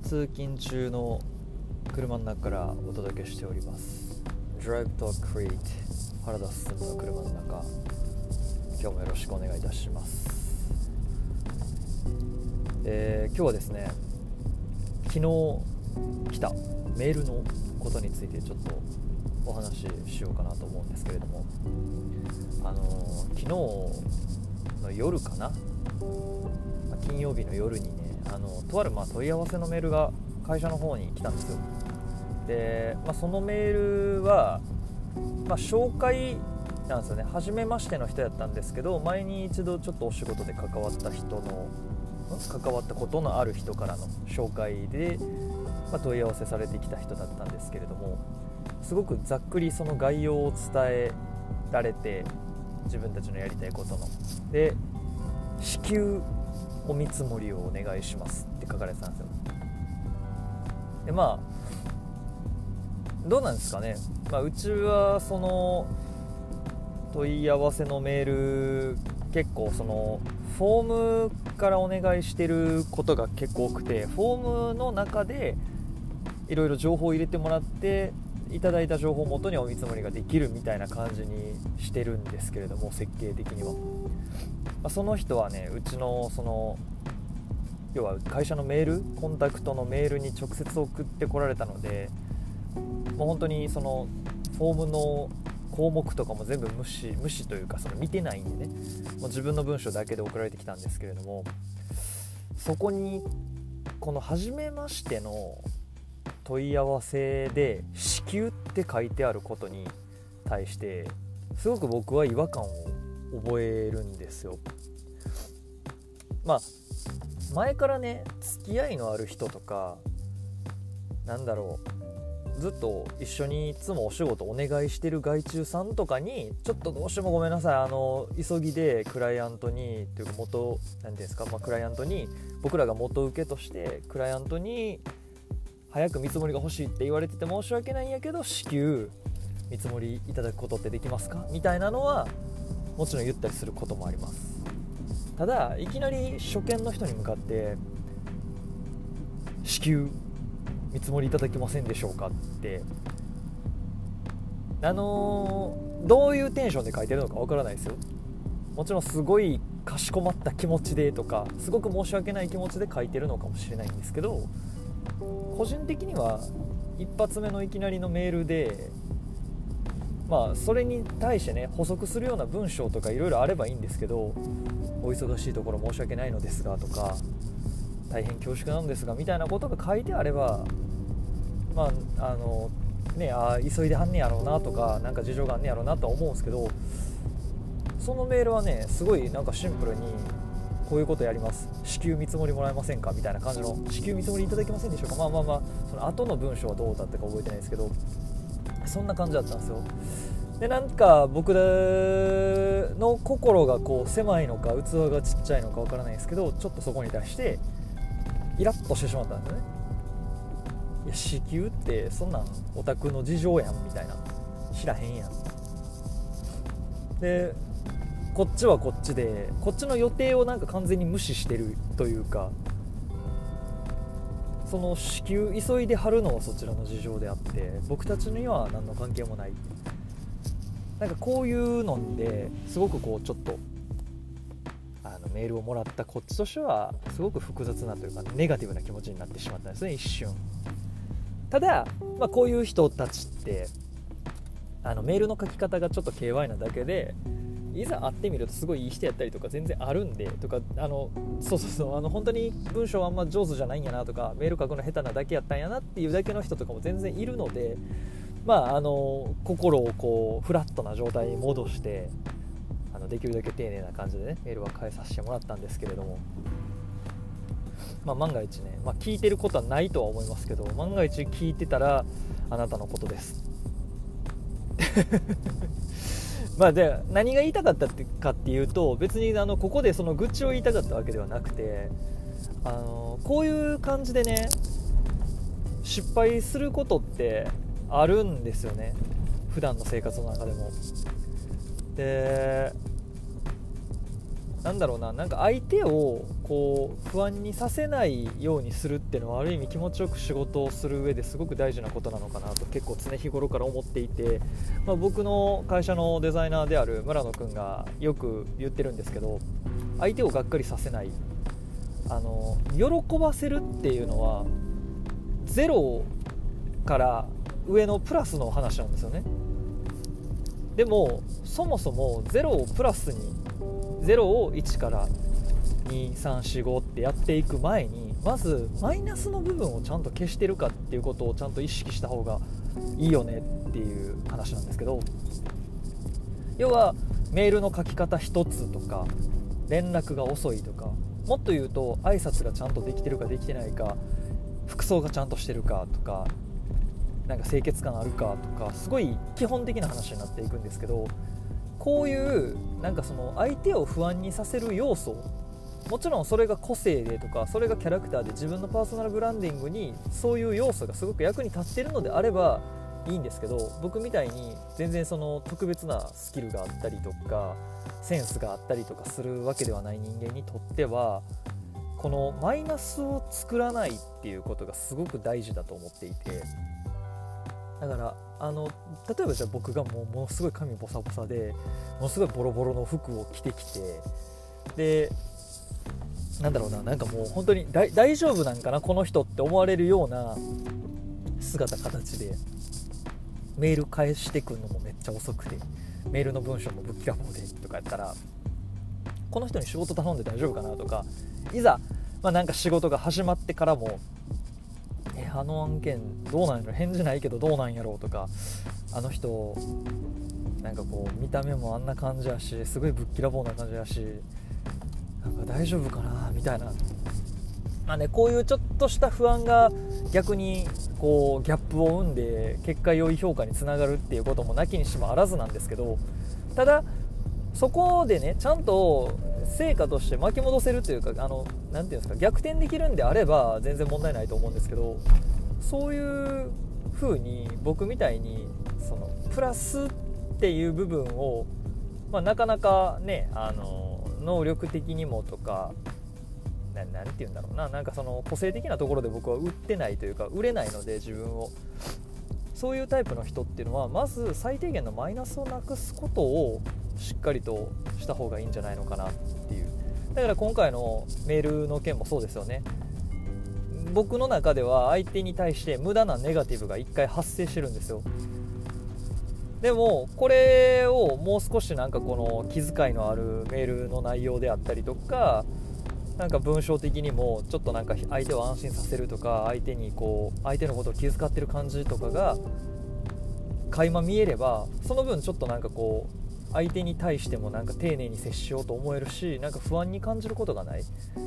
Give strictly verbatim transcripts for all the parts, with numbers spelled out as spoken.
通勤中の車の中からお届けしております。 Drive to Create 原田進の車の中、今日もよろしくお願いいたします。えー、今日はですね、昨日来たメールのことについてちょっとお話ししようかなと思うんですけれども、あのー、昨日の夜かな、金曜日の夜にね、あのとあるまあ問い合わせのメールが会社の方に来たんですよ。で、まあ、そのメールは、まあ、紹介なんですよね。初めましての人やったんですけど、前に一度ちょっとお仕事で関わった人の関わったことのある人からの紹介で、まあ、問い合わせされてきた人だったんですけれども、すごくざっくりその概要を伝えられて、自分たちのやりたいことので、至急お見積もりをお願いしますって書かれてたんですよ。で、まあどうなんですかね、まあ、うちはその問い合わせのメール結構そのフォームからお願いしてることが結構多くて、フォームの中でいろいろ情報を入れてもらって、いただいた情報をもとにお見積もりができるみたいな感じにしてるんですけれども、設計的には、まあ、その人はね、うちのその要は会社のメール、コンタクトのメールに直接送ってこられたので、もう本当にそのフォームの項目とかも全部無視無視というか、その見てないんでね、もう自分の文章だけで送られてきたんですけれども、そこにこの初めましての問い合わせで至急って書いてあることに対してすごく僕は違和感を覚えるんですよ。まあ前からね、付き合いのある人とか、なんだろう、ずっと一緒にいつもお仕事お願いしてる外注さんとかに、ちょっとどうしてもごめんなさい、あの急ぎでクライアントにというか元なんていうんですか、まあ、クライアントに僕らが元請けとしてクライアントに早く見積もりが欲しいって言われてて申し訳ないんやけど、至急見積もりいただくことってできますかみたいなのはもちろん言ったりすることもあります。ただいきなり初見の人に向かって至急見積もりいただけませんでしょうかって、あのー、どういうテンションで書いてるのかわからないですよ。もちろんすごいかしこまった気持ちでとか、すごく申し訳ない気持ちで書いてるのかもしれないんですけど、個人的には一発目のいきなりのメールで、まあそれに対してね、補足するような文章とかいろいろあればいいんですけど、お忙しいところ申し訳ないのですがとか、大変恐縮なのですがみたいなことが書いてあれば、まああのね、あ急いではんねやろうなとか、なんか事情があんねやろうなとは思うんですけど、そのメールはね、すごいなんかシンプルにこういうことやります、至急見積もりもらえませんかみたいな感じの、至急見積もりいただけませんでしょうか、まあまあまあその後の文章はどうだったか覚えてないですけど、そんな感じだったんですよ。で、なんか僕の心がこう狭いのか器がちっちゃいのかわからないですけど、ちょっとそこに対してイラッとしてしまったんですよね。いや、至急ってそんなんオタクの事情やんみたいな、知らへんやん。でこっちはこっちで、こっちの予定をなんか完全に無視してるというか、その至急急いで貼るのはそちらの事情であって、僕たちには何の関係もない。なんかこういうのですごくこうちょっとあのメールをもらったこっちとしてはすごく複雑なというか、ネガティブな気持ちになってしまったんですね、一瞬。ただ、まあ、こういう人たちってあのメールの書き方がちょっと ケーワイ なだけで、いざ会ってみるとすごいいい人やったりとか全然あるんで、とかあのそうそうそうあの本当に文章あんま上手じゃないんやなとか、メール書くの下手なだけやったんやなっていうだけの人とかも全然いるので、まああの心をこうフラットな状態に戻して、あのできるだけ丁寧な感じでね、メールは返させてもらったんですけれども、まあ、万が一ね、まあ、聞いてることはないとは思いますけど、万が一聞いてたらあなたのことですまあで何が言いたかったかっていうと、別にあのここでその愚痴を言いたかったわけではなくて、あのこういう感じでね、失敗することってあるんですよね、普段の生活の中でも。で、 なんだろうな、なんか相手をこう不安にさせないようにするっていうのはある意味気持ちよく仕事をする上ですごく大事なことなのかなと結構常日頃から思っていて、まあ、僕の会社のデザイナーである村野くんがよく言ってるんですけど、相手をがっかりさせない、あの喜ばせるっていうのはゼロから上のプラスの話なんですよね。でもそもそもゼロをプラスに、ゼロをいちからに、さん、よん、ごってやっていく前に、まずマイナスの部分をちゃんと消してるかっていうことをちゃんと意識した方がいいよねっていう話なんですけど、要はメールの書き方一つとか、連絡が遅いとか、もっと言うと挨拶がちゃんとできてるかできてないか、服装がちゃんとしてるかとか、なんか清潔感あるかとか、すごい基本的な話になっていくんですけど、こういうなんかその相手を不安にさせる要素、もちろんそれが個性でとか、それがキャラクターで自分のパーソナルブランディングにそういう要素がすごく役に立っているのであればいいんですけど、僕みたいに全然その特別なスキルがあったりとかセンスがあったりとかするわけではない人間にとっては、このマイナスを作らないっていうことがすごく大事だと思っていて、だからあの例えばじゃあ僕がもうものすごい髪ボサボサでものすごいボロボロの服を着てきて、でなんだろうな、なんかもう本当に大大丈夫なんかなこの人って思われるような姿形でメール返してくるのもめっちゃ遅くて、メールの文章もぶっきらぼうでとかやったら、この人に仕事頼んで大丈夫かなとか、いざ、まあ、なんか仕事が始まってからもえあの案件どうなんやろ、返事ないけどどうなんやろうとか、あの人なんかこう見た目もあんな感じやし、すごいぶっきらぼうな感じやし、なんか大丈夫かなみたいな、まあね、こういうちょっとした不安が逆にこうギャップを生んで結果良い評価につながるっていうこともなきにしもあらずなんですけど、ただそこでねちゃんと成果として巻き戻せるというか、あのなんていうんですか、逆転できるんであれば全然問題ないと思うんですけど、そういう風に僕みたいにそのプラスっていう部分を、まあ、なかなかね、あの能力的にもとか、ななんて言うんだろうな、なんかその個性的なところで僕は売ってないというか売れないので、自分をそういうタイプの人っていうのはまず最低限のマイナスをなくすことをしっかりとした方がいいんじゃないのかなっていう。だから今回のメールの件もそうですよね。僕の中では相手に対して無駄なネガティブがいっかい発生してるんですよ。でもこれをもう少しなんかこの気遣いのあるメールの内容であったりとか、なんか文章的にもちょっとなんか相手を安心させるとか、相手にこう相手のことを気遣ってる感じとかが垣間見えれば、その分ちょっとなんかこう相手に対してもなんか丁寧に接しようと思えるし、なんか不安に感じることがない、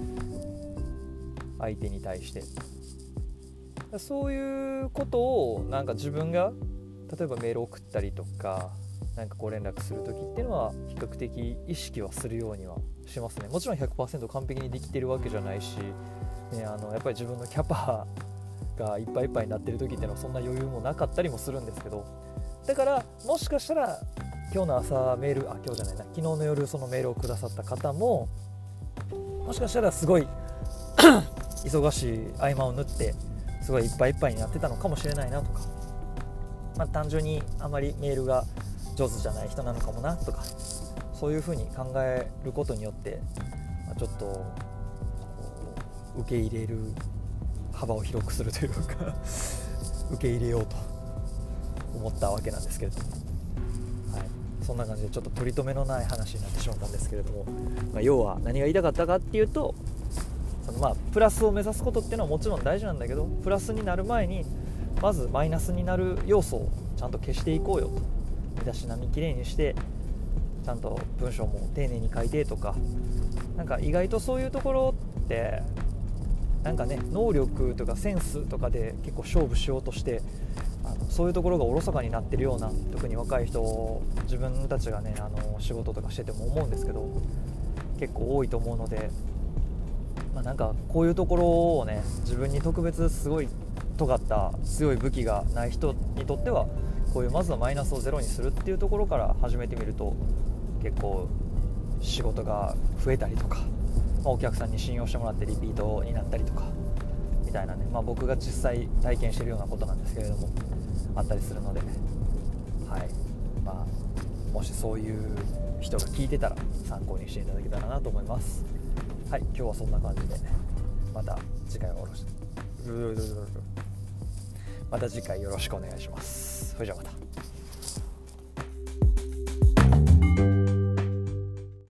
相手に対して。そういうことをなんか自分が例えばメールを送ったりとか、なんかご連絡するときっていうのは比較的意識はするようにはしますね。もちろん ひゃくパーセント 完璧にできてるわけじゃないし、ね、あのやっぱり自分のキャパがいっぱいいっぱいになってる時っていうのはそんな余裕もなかったりもするんですけど、だからもしかしたら今日の朝メール、あ今日じゃないな昨日の夜そのメールをくださった方も、もしかしたらすごい忙しい合間を縫ってすごいいっぱいいっぱいになってたのかもしれないなとか、まあ、単純にあまりメールが上手じゃない人なのかもなとか、そういう風に考えることによって、まあ、ちょっと受け入れる幅を広くするというか受け入れようと思ったわけなんですけれども、はい、そんな感じでちょっと取り留めのない話になってしまったんですけれども、まあ、要は何が言いたかったかっていうと、そのまあプラスを目指すことっていうのはもちろん大事なんだけど、プラスになる前にまずマイナスになる要素をちゃんと消していこうよと、身だしなみきれいにしてちゃんと文章も丁寧に書いてとか、なんか意外とそういうところってなんかね能力とかセンスとかで結構勝負しようとして、あのそういうところがおろそかになってるような、特に若い人自分たちがねあの仕事とかしてても思うんですけど結構多いと思うので、まあ、なんかこういうところをね自分に特別すごい尖った強い武器がない人にとってはこういうまずはマイナスをゼロにするっていうところから始めてみると結構仕事が増えたりとか、まあ、お客さんに信用してもらってリピートになったりとかみたいなね、まあ、僕が実際体験しているようなことなんですけれどもあったりするので、はい、まあ、もしそういう人が聞いてたら参考にしていただけたらなと思います。はい、今日はそんな感じで、また次回はよろしまた次回よろしくお願いします。それじゃあまた。